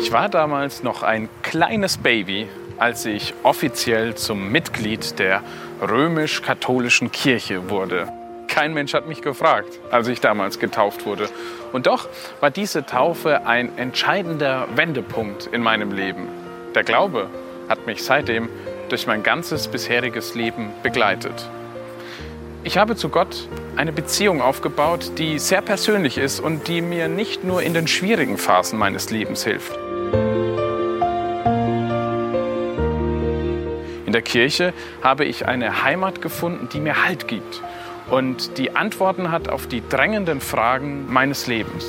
Ich war damals noch ein kleines Baby, als ich offiziell zum Mitglied der römisch-katholischen Kirche wurde. Kein Mensch hat mich gefragt, als ich damals getauft wurde. Und doch war diese Taufe ein entscheidender Wendepunkt in meinem Leben. Der Glaube hat mich seitdem durch mein ganzes bisheriges Leben begleitet. Ich habe zu Gott eine Beziehung aufgebaut, die sehr persönlich ist und die mir nicht nur in den schwierigen Phasen meines Lebens hilft. In der Kirche habe ich eine Heimat gefunden, die mir Halt gibt und die Antworten hat auf die drängenden Fragen meines Lebens.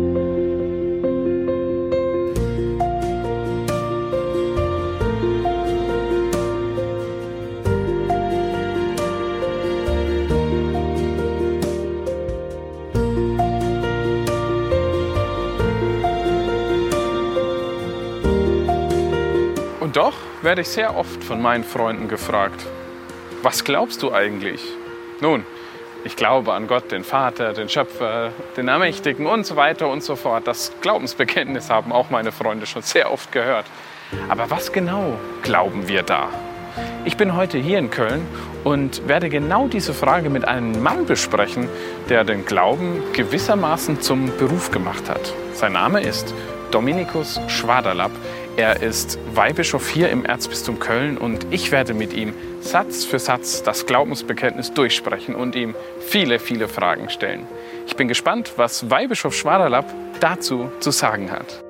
Und doch werde ich sehr oft von meinen Freunden gefragt, was glaubst du eigentlich? Nun, ich glaube an Gott, den Vater, den Schöpfer, den Allmächtigen und so weiter und so fort. Das Glaubensbekenntnis haben auch meine Freunde schon sehr oft gehört. Aber was genau glauben wir da? Ich bin heute hier in Köln und werde genau diese Frage mit einem Mann besprechen, der den Glauben gewissermaßen zum Beruf gemacht hat. Sein Name ist Dominikus Schwaderlapp. Er ist Weihbischof hier im Erzbistum Köln und ich werde mit ihm Satz für Satz das Glaubensbekenntnis durchsprechen und ihm viele, viele Fragen stellen. Ich bin gespannt, was Weihbischof Schwaderlapp dazu zu sagen hat.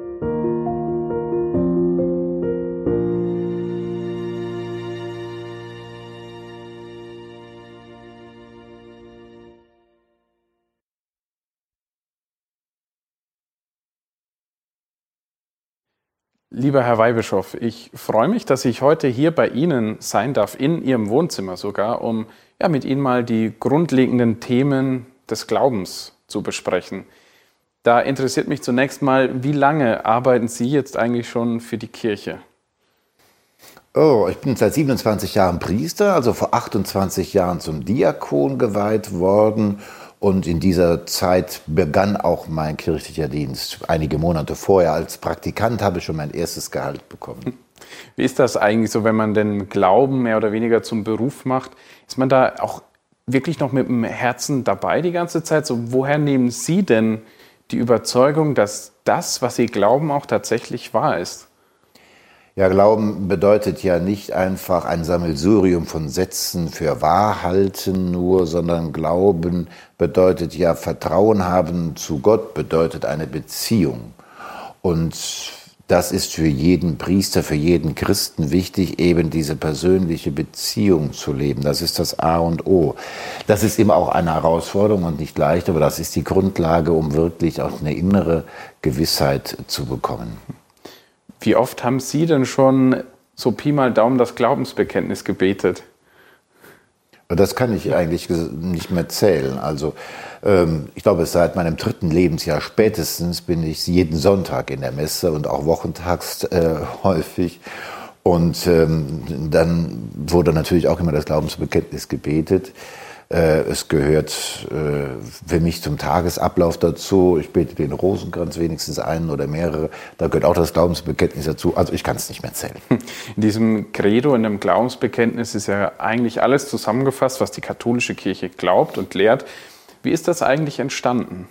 Lieber Herr Weihbischof, ich freue mich, dass ich heute hier bei Ihnen sein darf, in Ihrem Wohnzimmer sogar, um mit Ihnen mal die grundlegenden Themen des Glaubens zu besprechen. Da interessiert mich zunächst mal, wie lange arbeiten Sie jetzt eigentlich schon für die Kirche? Oh, ich bin seit 27 Jahren Priester, also vor 28 Jahren zum Diakon geweiht worden. Und in dieser Zeit begann auch mein kirchlicher Dienst. Einige Monate vorher als Praktikant habe ich schon mein erstes Gehalt bekommen. Wie ist das eigentlich so, wenn man den Glauben mehr oder weniger zum Beruf macht? Ist man da auch wirklich noch mit dem Herzen dabei die ganze Zeit? So, woher nehmen Sie denn die Überzeugung, dass das, was Sie glauben, auch tatsächlich wahr ist? Ja, Glauben bedeutet ja nicht einfach ein Sammelsurium von Sätzen für Wahrhalten nur, sondern Glauben bedeutet ja Vertrauen haben zu Gott, bedeutet eine Beziehung. Und das ist für jeden Priester, für jeden Christen wichtig, eben diese persönliche Beziehung zu leben. Das ist das A und O. Das ist immer auch eine Herausforderung und nicht leicht, aber das ist die Grundlage, um wirklich auch eine innere Gewissheit zu bekommen. Wie oft haben Sie denn schon so Pi mal Daumen das Glaubensbekenntnis gebetet? Das kann ich eigentlich nicht mehr zählen. Also ich glaube, seit meinem 3. Lebensjahr spätestens bin ich jeden Sonntag in der Messe und auch wochentags häufig. Und dann wurde natürlich auch immer das Glaubensbekenntnis gebetet. Es gehört für mich zum Tagesablauf dazu. Ich bete den Rosenkranz wenigstens einen oder mehrere. Da gehört auch das Glaubensbekenntnis dazu. Also ich kann es nicht mehr zählen. In diesem Credo, in dem Glaubensbekenntnis ist ja eigentlich alles zusammengefasst, was die katholische Kirche glaubt und lehrt. Wie ist das eigentlich entstanden?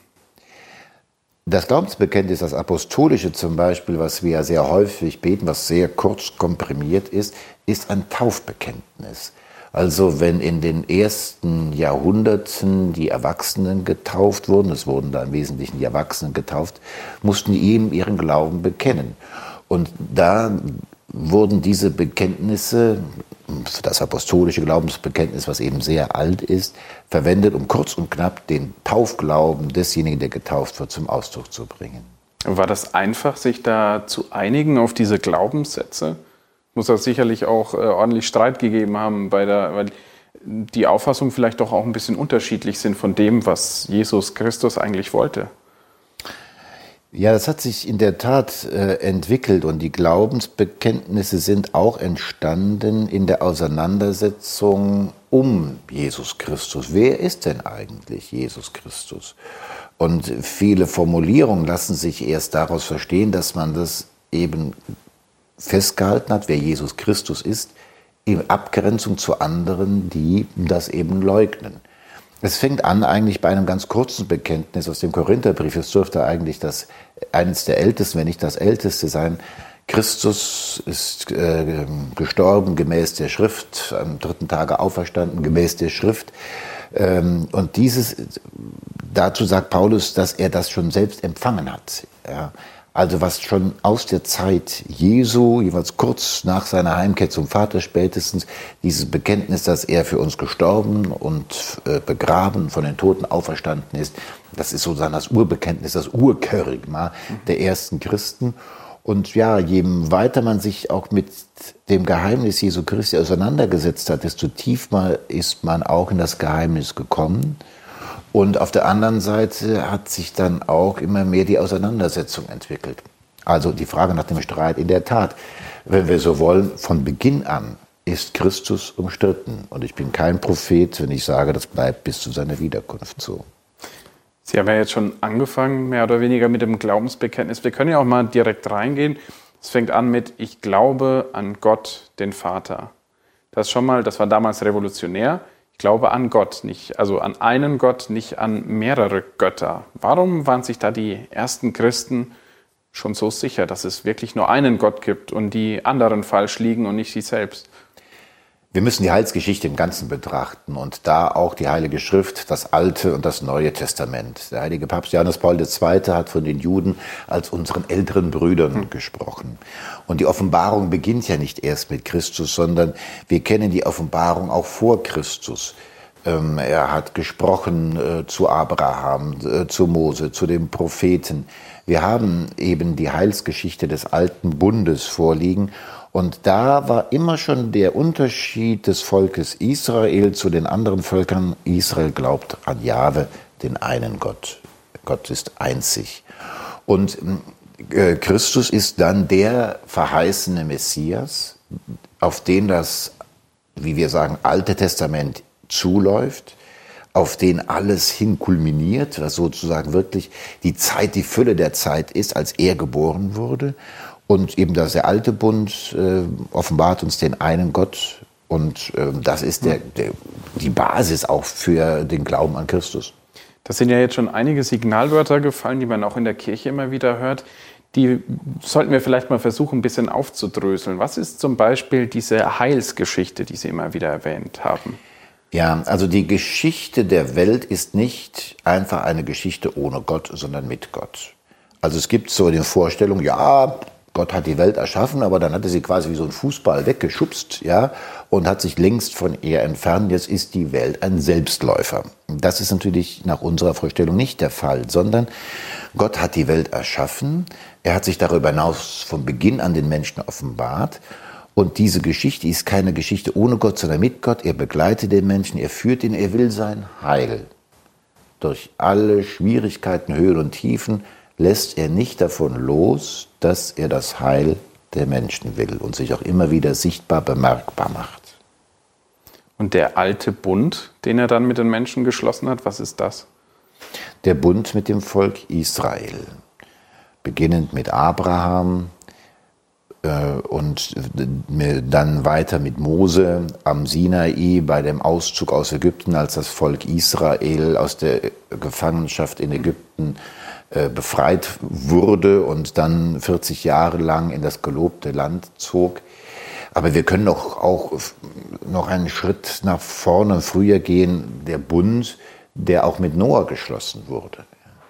Das Glaubensbekenntnis, das Apostolische zum Beispiel, was wir ja sehr häufig beten, was sehr kurz komprimiert ist ein Taufbekenntnis. Also wenn in den ersten Jahrhunderten die Erwachsenen getauft wurden, es wurden da im Wesentlichen die Erwachsenen getauft, mussten die eben ihren Glauben bekennen. Und da wurden diese Bekenntnisse, das apostolische Glaubensbekenntnis, was eben sehr alt ist, verwendet, um kurz und knapp den Taufglauben desjenigen, der getauft wird, zum Ausdruck zu bringen. War das einfach, sich da zu einigen auf diese Glaubenssätze? Muss das sicherlich auch ordentlich Streit gegeben haben, weil die Auffassungen vielleicht doch auch ein bisschen unterschiedlich sind von dem, was Jesus Christus eigentlich wollte. Ja, das hat sich in der Tat entwickelt und die Glaubensbekenntnisse sind auch entstanden in der Auseinandersetzung um Jesus Christus. Wer ist denn eigentlich Jesus Christus? Und viele Formulierungen lassen sich erst daraus verstehen, dass man das eben festgehalten hat, wer Jesus Christus ist, in Abgrenzung zu anderen, die das eben leugnen. Es fängt an eigentlich bei einem ganz kurzen Bekenntnis aus dem Korintherbrief. Es dürfte eigentlich eines der ältesten, wenn nicht das älteste sein. Christus ist gestorben gemäß der Schrift, am 3. Tage auferstanden gemäß der Schrift. Und dazu sagt Paulus, dass er das schon selbst empfangen hat. Ja. Also was schon aus der Zeit Jesu, jeweils kurz nach seiner Heimkehr zum Vater spätestens, dieses Bekenntnis, dass er für uns gestorben und begraben, von den Toten auferstanden ist, das ist sozusagen das Urbekenntnis, das Urkerygma der ersten Christen. Und ja, je weiter man sich auch mit dem Geheimnis Jesu Christi auseinandergesetzt hat, desto tiefer ist man auch in das Geheimnis gekommen. Und auf der anderen Seite hat sich dann auch immer mehr die Auseinandersetzung entwickelt. Also die Frage nach dem Streit, in der Tat, wenn wir so wollen, von Beginn an ist Christus umstritten. Und ich bin kein Prophet, wenn ich sage, das bleibt bis zu seiner Wiederkunft so. Sie haben ja jetzt schon angefangen, mehr oder weniger mit dem Glaubensbekenntnis. Wir können ja auch mal direkt reingehen. Es fängt an mit: Ich glaube an Gott, den Vater. Das war damals revolutionär. Ich glaube an Gott, also an einen Gott, nicht an mehrere Götter. Warum waren sich da die ersten Christen schon so sicher, dass es wirklich nur einen Gott gibt und die anderen falsch liegen und nicht sie selbst? Wir müssen die Heilsgeschichte im Ganzen betrachten und da auch die Heilige Schrift, das Alte und das Neue Testament. Der heilige Papst Johannes Paul II. Hat von den Juden als unseren älteren Brüdern gesprochen. Und die Offenbarung beginnt ja nicht erst mit Christus, sondern wir kennen die Offenbarung auch vor Christus. Er hat gesprochen zu Abraham, zu Mose, zu den Propheten. Wir haben eben die Heilsgeschichte des alten Bundes vorliegen. Und da war immer schon der Unterschied des Volkes Israel zu den anderen Völkern. Israel glaubt an Jahwe, den einen Gott. Gott ist einzig. Und Christus ist dann der verheißene Messias, auf den das, wie wir sagen, Alte Testament zuläuft, auf den alles hin kulminiert, was sozusagen wirklich die Fülle der Zeit ist, als er geboren wurde. Und eben der alte Bund offenbart uns den einen Gott. Und das ist die Basis auch für den Glauben an Christus. Das sind ja jetzt schon einige Signalwörter gefallen, die man auch in der Kirche immer wieder hört. Die sollten wir vielleicht mal versuchen, ein bisschen aufzudröseln. Was ist zum Beispiel diese Heilsgeschichte, die Sie immer wieder erwähnt haben? Ja, also die Geschichte der Welt ist nicht einfach eine Geschichte ohne Gott, sondern mit Gott. Also es gibt so die Vorstellung, ja, Gott hat die Welt erschaffen, aber dann hat er sie quasi wie so ein Fußball weggeschubst, ja, und hat sich längst von ihr entfernt. Jetzt ist die Welt ein Selbstläufer. Das ist natürlich nach unserer Vorstellung nicht der Fall, sondern Gott hat die Welt erschaffen. Er hat sich darüber hinaus von Beginn an den Menschen offenbart. Und diese Geschichte ist keine Geschichte ohne Gott, sondern mit Gott. Er begleitet den Menschen, er führt ihn, er will sein Heil. Durch alle Schwierigkeiten, Höhen und Tiefen lässt er nicht davon los, dass er das Heil der Menschen will und sich auch immer wieder sichtbar bemerkbar macht. Und der alte Bund, den er dann mit den Menschen geschlossen hat, was ist das? Der Bund mit dem Volk Israel, beginnend mit Abraham und dann weiter mit Mose am Sinai bei dem Auszug aus Ägypten, als das Volk Israel aus der Gefangenschaft in Ägypten befreit wurde und dann 40 Jahre lang in das gelobte Land zog. Aber wir können auch noch einen Schritt nach vorne früher gehen, der Bund, der auch mit Noah geschlossen wurde.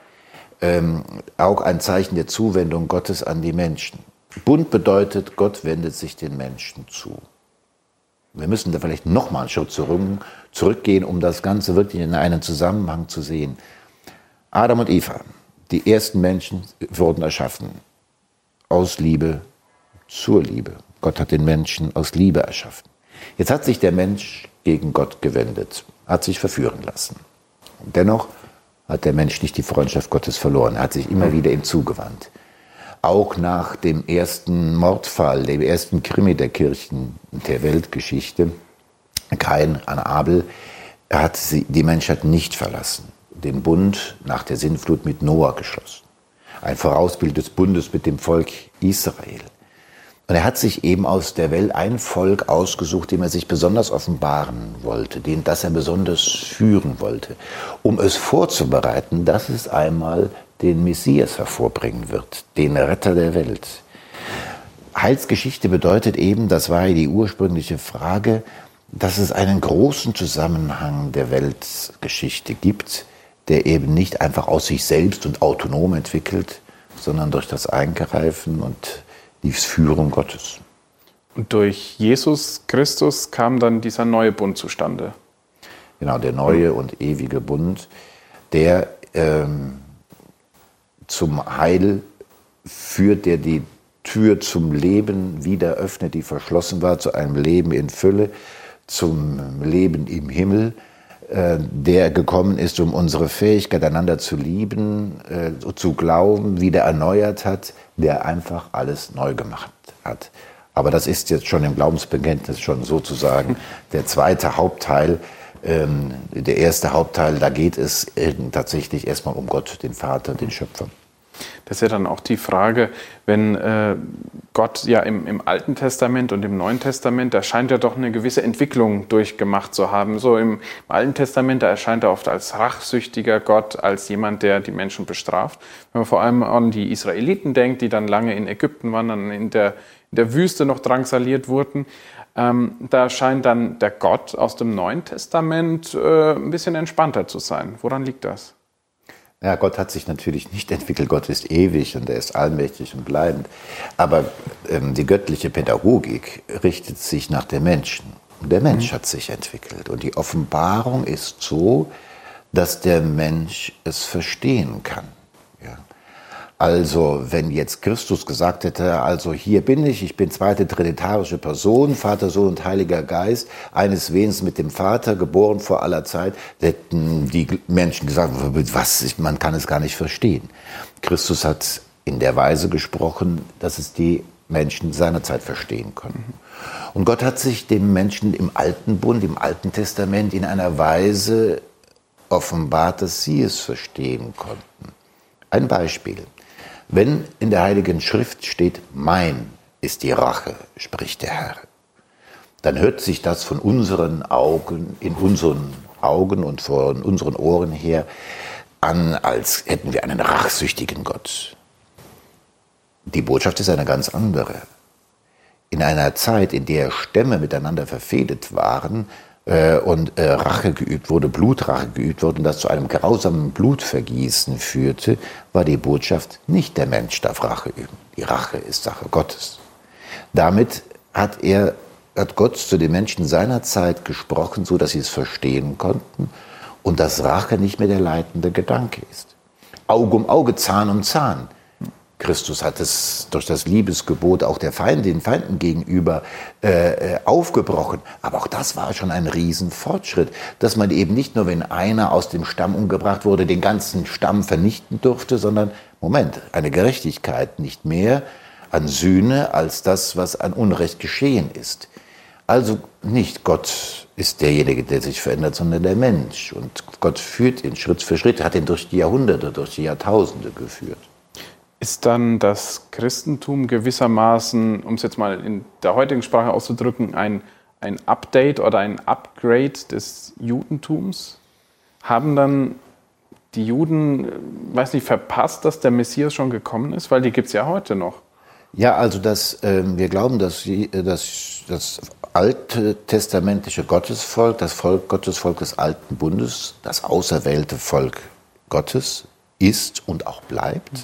Auch ein Zeichen der Zuwendung Gottes an die Menschen. Bund bedeutet, Gott wendet sich den Menschen zu. Wir müssen da vielleicht noch mal einen Schritt zurückgehen, um das Ganze wirklich in einen Zusammenhang zu sehen. Adam und Eva, die ersten Menschen, wurden erschaffen aus Liebe zur Liebe. Gott hat den Menschen aus Liebe erschaffen. Jetzt hat sich der Mensch gegen Gott gewendet, hat sich verführen lassen. Dennoch hat der Mensch nicht die Freundschaft Gottes verloren, er hat sich immer wieder ihm zugewandt. Auch nach dem ersten Mordfall, dem ersten Krimi der Kirchen, der Weltgeschichte, Kain an Abel, hat die Menschheit nicht verlassen, den Bund nach der Sintflut mit Noah geschlossen. ein Vorausbild des Bundes mit dem Volk Israel. Und er hat sich eben aus der Welt ein Volk ausgesucht, dem er sich besonders offenbaren wollte, das er besonders führen wollte, um es vorzubereiten, dass es einmal den Messias hervorbringen wird, den Retter der Welt. Heilsgeschichte bedeutet eben, das war ja die ursprüngliche Frage, dass es einen großen Zusammenhang der Weltgeschichte gibt, der eben nicht einfach aus sich selbst und autonom entwickelt, sondern durch das Eingreifen und die Führung Gottes. Und durch Jesus Christus kam dann dieser neue Bund zustande. Genau, der neue und ewige Bund, der zum Heil führt, der die Tür zum Leben wieder öffnet, die verschlossen war, zu einem Leben in Fülle, zum Leben im Himmel, der gekommen ist, um unsere Fähigkeit, einander zu lieben, zu glauben, wieder erneuert hat, der einfach alles neu gemacht hat. Aber das ist jetzt schon im Glaubensbekenntnis schon sozusagen der zweite Hauptteil. Der erste Hauptteil, da geht es tatsächlich erstmal um Gott, den Vater, den Schöpfer. Das ist ja dann auch die Frage, wenn Gott ja im Alten Testament und im Neuen Testament, da scheint er doch eine gewisse Entwicklung durchgemacht zu haben. So im Alten Testament, da erscheint er oft als rachsüchtiger Gott, als jemand, der die Menschen bestraft. Wenn man vor allem an die Israeliten denkt, die dann lange in Ägypten waren, dann in der Wüste noch drangsaliert wurden, da scheint dann der Gott aus dem Neuen Testament ein bisschen entspannter zu sein. Woran liegt das? Ja, Gott hat sich natürlich nicht entwickelt. Gott ist ewig und er ist allmächtig und bleibend. Aber die göttliche Pädagogik richtet sich nach dem Menschen. Und der Mensch hat sich entwickelt. Und die Offenbarung ist so, dass der Mensch es verstehen kann. Ja. Also, wenn jetzt Christus gesagt hätte, also hier bin ich bin zweite trinitarische Person, Vater, Sohn und Heiliger Geist, eines Wesens mit dem Vater, geboren vor aller Zeit, hätten die Menschen gesagt, was, man kann es gar nicht verstehen. Christus hat in der Weise gesprochen, dass es die Menschen seiner Zeit verstehen konnten. Und Gott hat sich dem Menschen im Alten Bund, im Alten Testament in einer Weise offenbart, dass sie es verstehen konnten. Ein Beispiel. Wenn in der Heiligen Schrift steht, mein ist die Rache, spricht der Herr, dann hört sich das von unseren Augen, in unseren Augen und von unseren Ohren her an, als hätten wir einen rachsüchtigen Gott. Die Botschaft ist eine ganz andere. In einer Zeit, in der Stämme miteinander verfehdet waren, und Rache geübt wurde, Blutrache geübt wurde und das zu einem grausamen Blutvergießen führte, war die Botschaft, nicht der Mensch darf Rache üben. Die Rache ist Sache Gottes. Damit hat Gott zu den Menschen seiner Zeit gesprochen, so dass sie es verstehen konnten und dass Rache nicht mehr der leitende Gedanke ist. Auge um Auge, Zahn um Zahn. Christus hat es durch das Liebesgebot auch den Feinden gegenüber aufgebrochen. Aber auch das war schon ein Riesenfortschritt, dass man eben nicht nur, wenn einer aus dem Stamm umgebracht wurde, den ganzen Stamm vernichten durfte, sondern, Moment, eine Gerechtigkeit, nicht mehr an Sühne als das, was an Unrecht geschehen ist. Also nicht Gott ist derjenige, der sich verändert, sondern der Mensch. Und Gott führt ihn Schritt für Schritt, hat ihn durch die Jahrhunderte, durch die Jahrtausende geführt. Ist dann das Christentum gewissermaßen, um es jetzt mal in der heutigen Sprache auszudrücken, ein Update oder ein Upgrade des Judentums? Haben dann die Juden, verpasst, dass der Messias schon gekommen ist? Weil die gibt es ja heute noch. Ja, also wir glauben, dass das alttestamentliche Gottesvolk, das Gottesvolk des Alten Bundes, das auserwählte Volk Gottes ist und auch bleibt.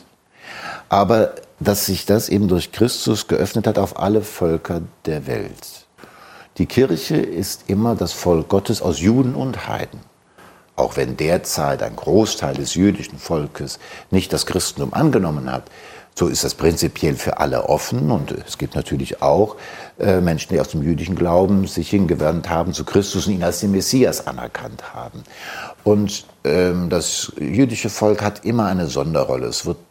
Aber dass sich das eben durch Christus geöffnet hat auf alle Völker der Welt. Die Kirche ist immer das Volk Gottes aus Juden und Heiden. Auch wenn derzeit ein Großteil des jüdischen Volkes nicht das Christentum angenommen hat, so ist das prinzipiell für alle offen. Und es gibt natürlich auch Menschen, die aus dem jüdischen Glauben sich hingewandt haben zu Christus und ihn als den Messias anerkannt haben. Und das jüdische Volk hat immer eine Sonderrolle. Es wird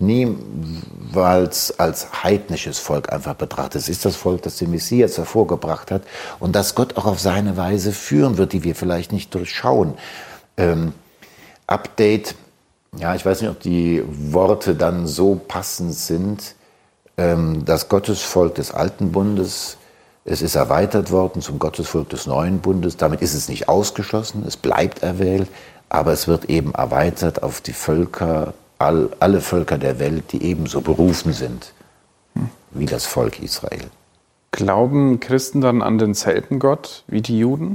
niemals als heidnisches Volk einfach betrachtet. Es ist das Volk, das den Messias hervorgebracht hat und das Gott auch auf seine Weise führen wird, die wir vielleicht nicht durchschauen. Update, Ja, ich weiß nicht, ob die Worte dann so passend sind. Das Gottesvolk des Alten Bundes, es ist erweitert worden zum Gottesvolk des Neuen Bundes. Damit ist es nicht ausgeschlossen, es bleibt erwählt, aber es wird eben erweitert auf die Völker, alle Völker der Welt, die ebenso berufen sind wie das Volk Israel. Glauben Christen dann an denselben Gott wie die Juden?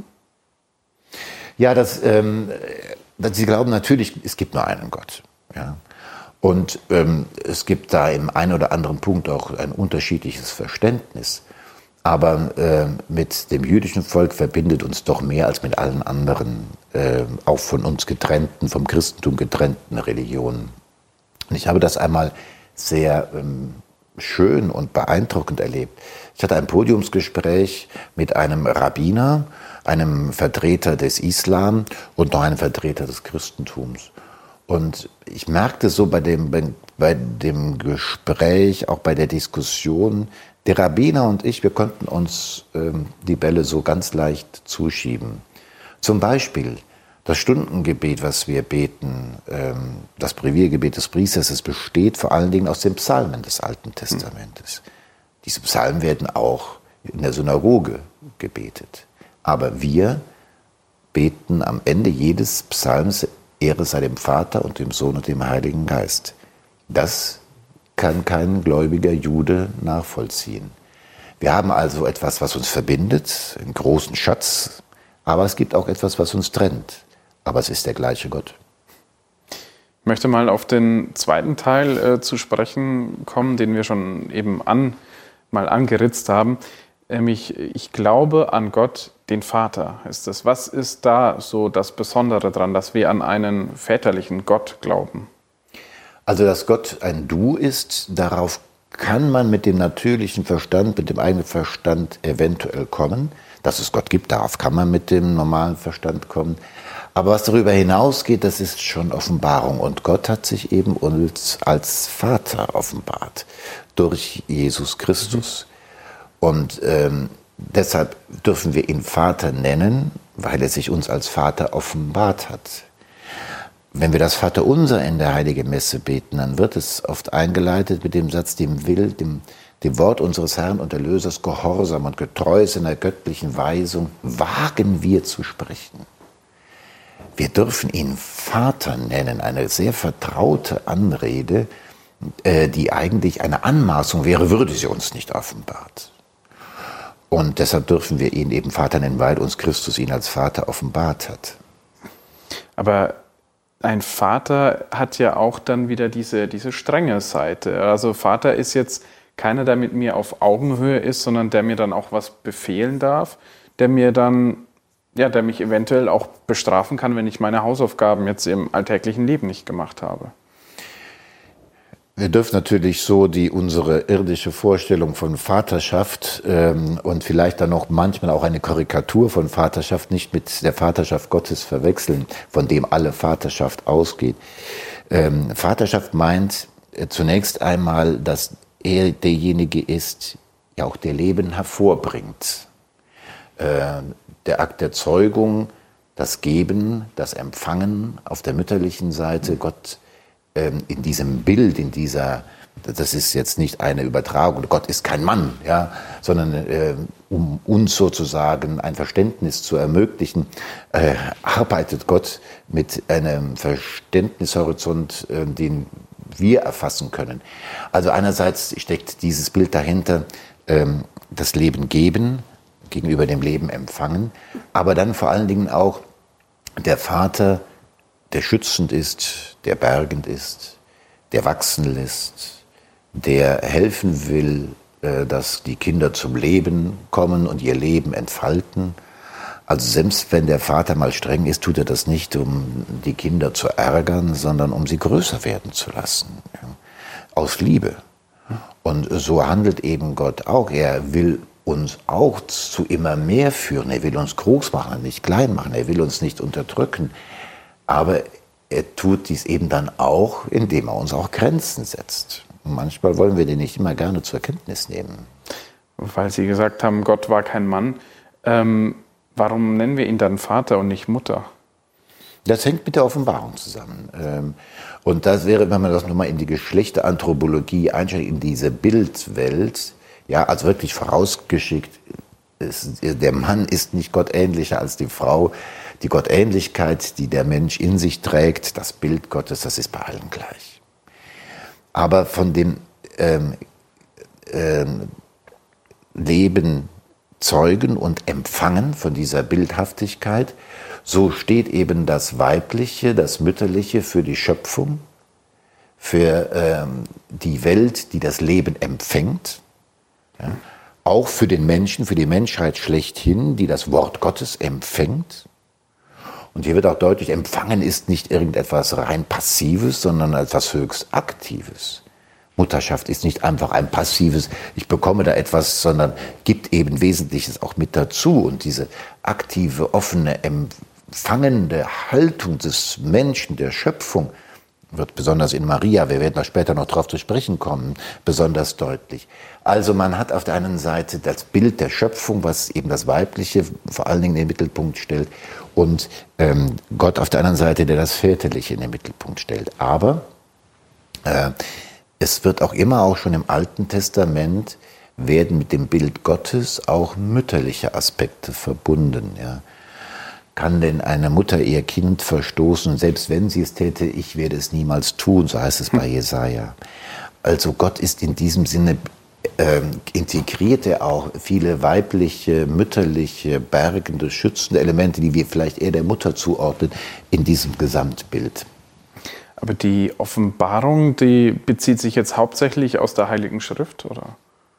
Ja, sie glauben natürlich, es gibt nur einen Gott. Ja. Und es gibt da im einen oder anderen Punkt auch ein unterschiedliches Verständnis. Aber mit dem jüdischen Volk verbindet uns doch mehr als mit allen anderen, auch von uns getrennten, vom Christentum getrennten Religionen. Und ich habe das einmal sehr schön und beeindruckend erlebt. Ich hatte ein Podiumsgespräch mit einem Rabbiner, einem Vertreter des Islam und noch einem Vertreter des Christentums. Und ich merkte so bei dem Gespräch, auch bei der Diskussion, der Rabbiner und ich, wir konnten uns die Bälle so ganz leicht zuschieben. Zum Beispiel das Stundengebet, was wir beten, das Breviergebet des Priesters, es besteht vor allen Dingen aus den Psalmen des Alten Testamentes. Diese Psalmen werden auch in der Synagoge gebetet. Aber wir beten am Ende jedes Psalms, Ehre sei dem Vater und dem Sohn und dem Heiligen Geist. Das kann kein gläubiger Jude nachvollziehen. Wir haben also etwas, was uns verbindet, einen großen Schatz, aber es gibt auch etwas, was uns trennt. Aber es ist der gleiche Gott. Ich möchte mal auf den zweiten Teil zu sprechen kommen, den wir schon eben mal angeritzt haben. Ich glaube an Gott, den Vater, ist es. Was ist da so das Besondere dran, dass wir an einen väterlichen Gott glauben? Also, dass Gott ein Du ist, darauf kann man mit dem natürlichen Verstand, mit dem eigenen Verstand eventuell kommen. Dass es Gott gibt, darauf kann man mit dem normalen Verstand kommen. Aber was darüber hinausgeht, das ist schon Offenbarung. Und Gott hat sich eben uns als Vater offenbart durch Jesus Christus. Und deshalb dürfen wir ihn Vater nennen, weil er sich uns als Vater offenbart hat. Wenn wir das Vaterunser in der Heiligen Messe beten, dann wird es oft eingeleitet mit dem Satz, dem Wort unseres Herrn und Erlösers gehorsam und getreu seiner göttlichen Weisung wagen wir zu sprechen. Wir dürfen ihn Vater nennen, eine sehr vertraute Anrede, die eigentlich eine Anmaßung wäre, würde sie uns nicht offenbart. Und deshalb dürfen wir ihn eben Vater nennen, weil uns Christus ihn als Vater offenbart hat. Aber ein Vater hat ja auch dann wieder diese strenge Seite. Also Vater ist jetzt keiner, der mit mir auf Augenhöhe ist, sondern der mir dann auch was befehlen darf, der mich eventuell auch bestrafen kann, wenn ich meine Hausaufgaben jetzt im alltäglichen Leben nicht gemacht habe. Wir dürfen natürlich so unsere irdische Vorstellung von Vaterschaft und vielleicht dann noch manchmal auch eine Karikatur von Vaterschaft nicht mit der Vaterschaft Gottes verwechseln, von dem alle Vaterschaft ausgeht. Vaterschaft meint zunächst einmal, dass er derjenige ist, der auch der Leben hervorbringt. Der Akt der Zeugung, das Geben, das Empfangen auf der mütterlichen Seite, Gott in diesem Bild, das ist jetzt nicht eine Übertragung, Gott ist kein Mann, ja, sondern um uns sozusagen ein Verständnis zu ermöglichen, arbeitet Gott mit einem Verständnishorizont, den wir erfassen können. Also einerseits steckt dieses Bild dahinter, das Leben geben, gegenüber dem Leben empfangen, aber dann vor allen Dingen auch der Vater, der schützend ist, der bergend ist, der wachsen lässt, der helfen will, dass die Kinder zum Leben kommen und ihr Leben entfalten. Also selbst wenn der Vater mal streng ist, tut er das nicht, um die Kinder zu ärgern, sondern um sie größer werden zu lassen, ja, aus Liebe. Und so handelt eben Gott auch. Er will uns auch zu immer mehr führen. Er will uns groß machen, nicht klein machen. Er will uns nicht unterdrücken. Aber er tut dies eben dann auch, indem er uns auch Grenzen setzt. Und manchmal wollen wir die nicht immer gerne zur Kenntnis nehmen. Weil Sie gesagt haben, Gott war kein Mann. Warum nennen wir ihn dann Vater und nicht Mutter? Das hängt mit der Offenbarung zusammen. Und das wäre, wenn man das nochmal in die Geschlechteranthropologie einsteigt, in diese Bildwelt, ja, also wirklich vorausgeschickt, der Mann ist nicht gottähnlicher als die Frau. Die Gottähnlichkeit, die der Mensch in sich trägt, das Bild Gottes, das ist bei allen gleich. Aber von dem Leben, Zeugen und Empfangen von dieser Bildhaftigkeit, so steht eben das Weibliche, das Mütterliche für die Schöpfung, für die Welt, die das Leben empfängt, ja, auch für den Menschen, für die Menschheit schlechthin, die das Wort Gottes empfängt. Und hier wird auch deutlich, Empfangen ist nicht irgendetwas rein Passives, sondern etwas höchst Aktives. Mutterschaft ist nicht einfach ein passives, ich bekomme da etwas, sondern gibt eben Wesentliches auch mit dazu. Und diese aktive, offene, empfangende Haltung des Menschen, der Schöpfung, wird besonders in Maria, wir werden da später noch drauf zu sprechen kommen, besonders deutlich. Also man hat auf der einen Seite das Bild der Schöpfung, was eben das Weibliche vor allen Dingen in den Mittelpunkt stellt, und Gott auf der anderen Seite, der das Väterliche in den Mittelpunkt stellt. Aber es wird auch immer, auch schon im Alten Testament, werden mit dem Bild Gottes auch mütterliche Aspekte verbunden. Ja. Kann denn eine Mutter ihr Kind verstoßen, selbst wenn sie es täte, ich werde es niemals tun, so heißt es bei Jesaja. Also Gott ist in diesem Sinne, integriert er auch viele weibliche, mütterliche, bergende, schützende Elemente, die wir vielleicht eher der Mutter zuordnen, in diesem Gesamtbild. Aber die Offenbarung, die bezieht sich jetzt hauptsächlich aus der Heiligen Schrift, oder?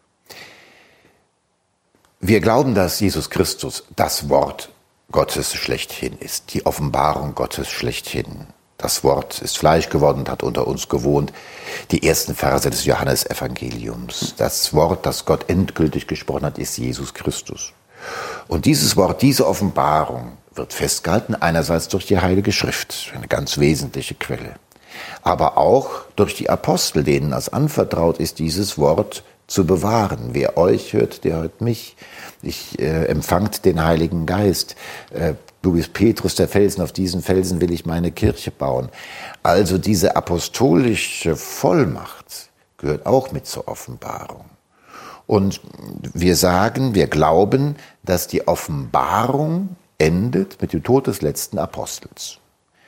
Wir glauben, dass Jesus Christus das Wort Gottes schlechthin ist, die Offenbarung Gottes schlechthin. Das Wort ist Fleisch geworden und hat unter uns gewohnt. Die ersten Verse des Johannesevangeliums. Das Wort, das Gott endgültig gesprochen hat, ist Jesus Christus. Und dieses Wort, diese Offenbarung wird festgehalten, einerseits durch die Heilige Schrift, eine ganz wesentliche Quelle, aber auch durch die Apostel, denen es anvertraut ist, dieses Wort zu bewahren. Wer euch hört, der hört mich. Ich empfangt den Heiligen Geist. Du bist Petrus, der Felsen, auf diesen Felsen will ich meine Kirche bauen. Also diese apostolische Vollmacht gehört auch mit zur Offenbarung. Und wir sagen, wir glauben, dass die Offenbarung endet mit dem Tod des letzten Apostels.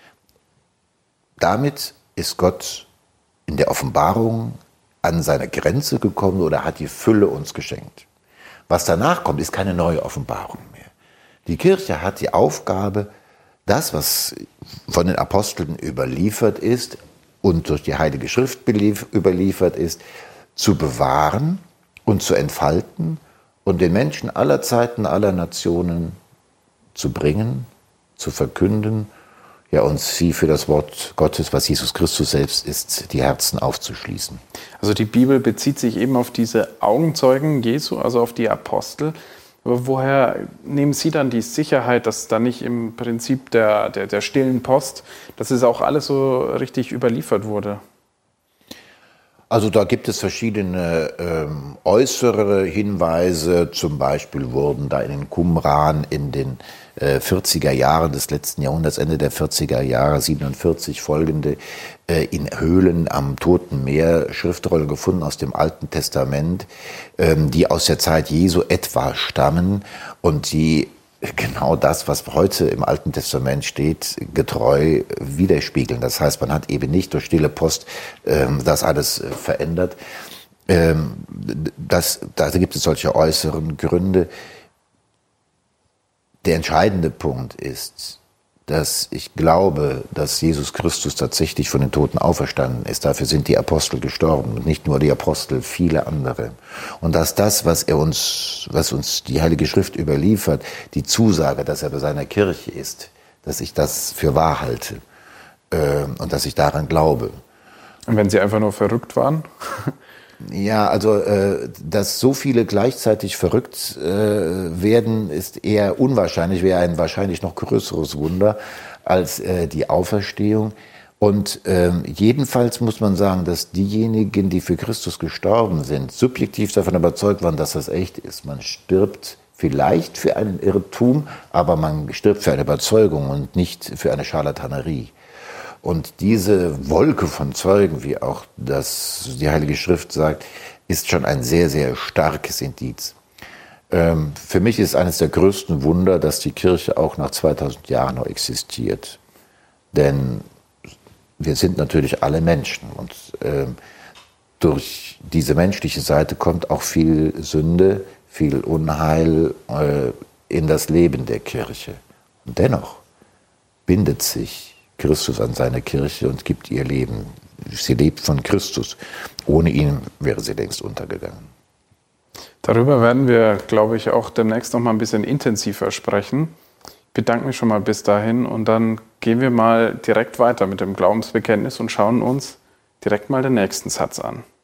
Damit ist Gott in der Offenbarung an seine Grenze gekommen oder hat die Fülle uns geschenkt. Was danach kommt, ist keine neue Offenbarung mehr. Die Kirche hat die Aufgabe, das, was von den Aposteln überliefert ist und durch die Heilige Schrift überliefert ist, zu bewahren und zu entfalten und den Menschen aller Zeiten, aller Nationen zu bringen, zu verkünden, ja, und sie für das Wort Gottes, was Jesus Christus selbst ist, die Herzen aufzuschließen. Also die Bibel bezieht sich eben auf diese Augenzeugen Jesu, also auf die Apostel. Aber woher nehmen Sie dann die Sicherheit, dass da nicht im Prinzip der stillen Post, dass es auch alles so richtig überliefert wurde? Also da gibt es verschiedene äußere Hinweise. Zum Beispiel wurden da in den Qumran in den 40er Jahren des letzten Jahrhunderts, Ende der 40er Jahre, 47 folgende, in Höhlen am Toten Meer Schriftrollen gefunden aus dem Alten Testament, die aus der Zeit Jesu etwa stammen und die genau das, was heute im Alten Testament steht, getreu widerspiegeln. Das heißt, man hat eben nicht durch stille Post das alles verändert. Da gibt es solche äußeren Gründe. Der entscheidende Punkt ist, dass ich glaube, dass Jesus Christus tatsächlich von den Toten auferstanden ist. Dafür sind die Apostel gestorben und nicht nur die Apostel, viele andere. Und dass das, was uns die Heilige Schrift überliefert, die Zusage, dass er bei seiner Kirche ist, dass ich das für wahr halte und dass ich daran glaube. Und wenn Sie einfach nur verrückt waren? Ja, also dass so viele gleichzeitig verrückt werden, ist eher unwahrscheinlich, wäre ein wahrscheinlich noch größeres Wunder als die Auferstehung. Und jedenfalls muss man sagen, dass diejenigen, die für Christus gestorben sind, subjektiv davon überzeugt waren, dass das echt ist. Man stirbt Vielleicht für einen Irrtum, aber man stirbt für eine Überzeugung und nicht für eine Scharlatanerie. Und diese Wolke von Zeugen, wie auch die Heilige Schrift sagt, ist schon ein sehr, sehr starkes Indiz. Für mich ist eines der größten Wunder, dass die Kirche auch nach 2000 Jahren noch existiert. Denn wir sind natürlich alle Menschen und durch diese menschliche Seite kommt auch viel Sünde, viel Unheil in das Leben der Kirche. Und dennoch bindet sich Christus an seine Kirche und gibt ihr Leben. Sie lebt von Christus. Ohne ihn wäre sie längst untergegangen. Darüber werden wir, glaube ich, auch demnächst noch mal ein bisschen intensiver sprechen. Ich bedanke mich schon mal bis dahin und dann gehen wir mal direkt weiter mit dem Glaubensbekenntnis und schauen uns direkt mal den nächsten Satz an.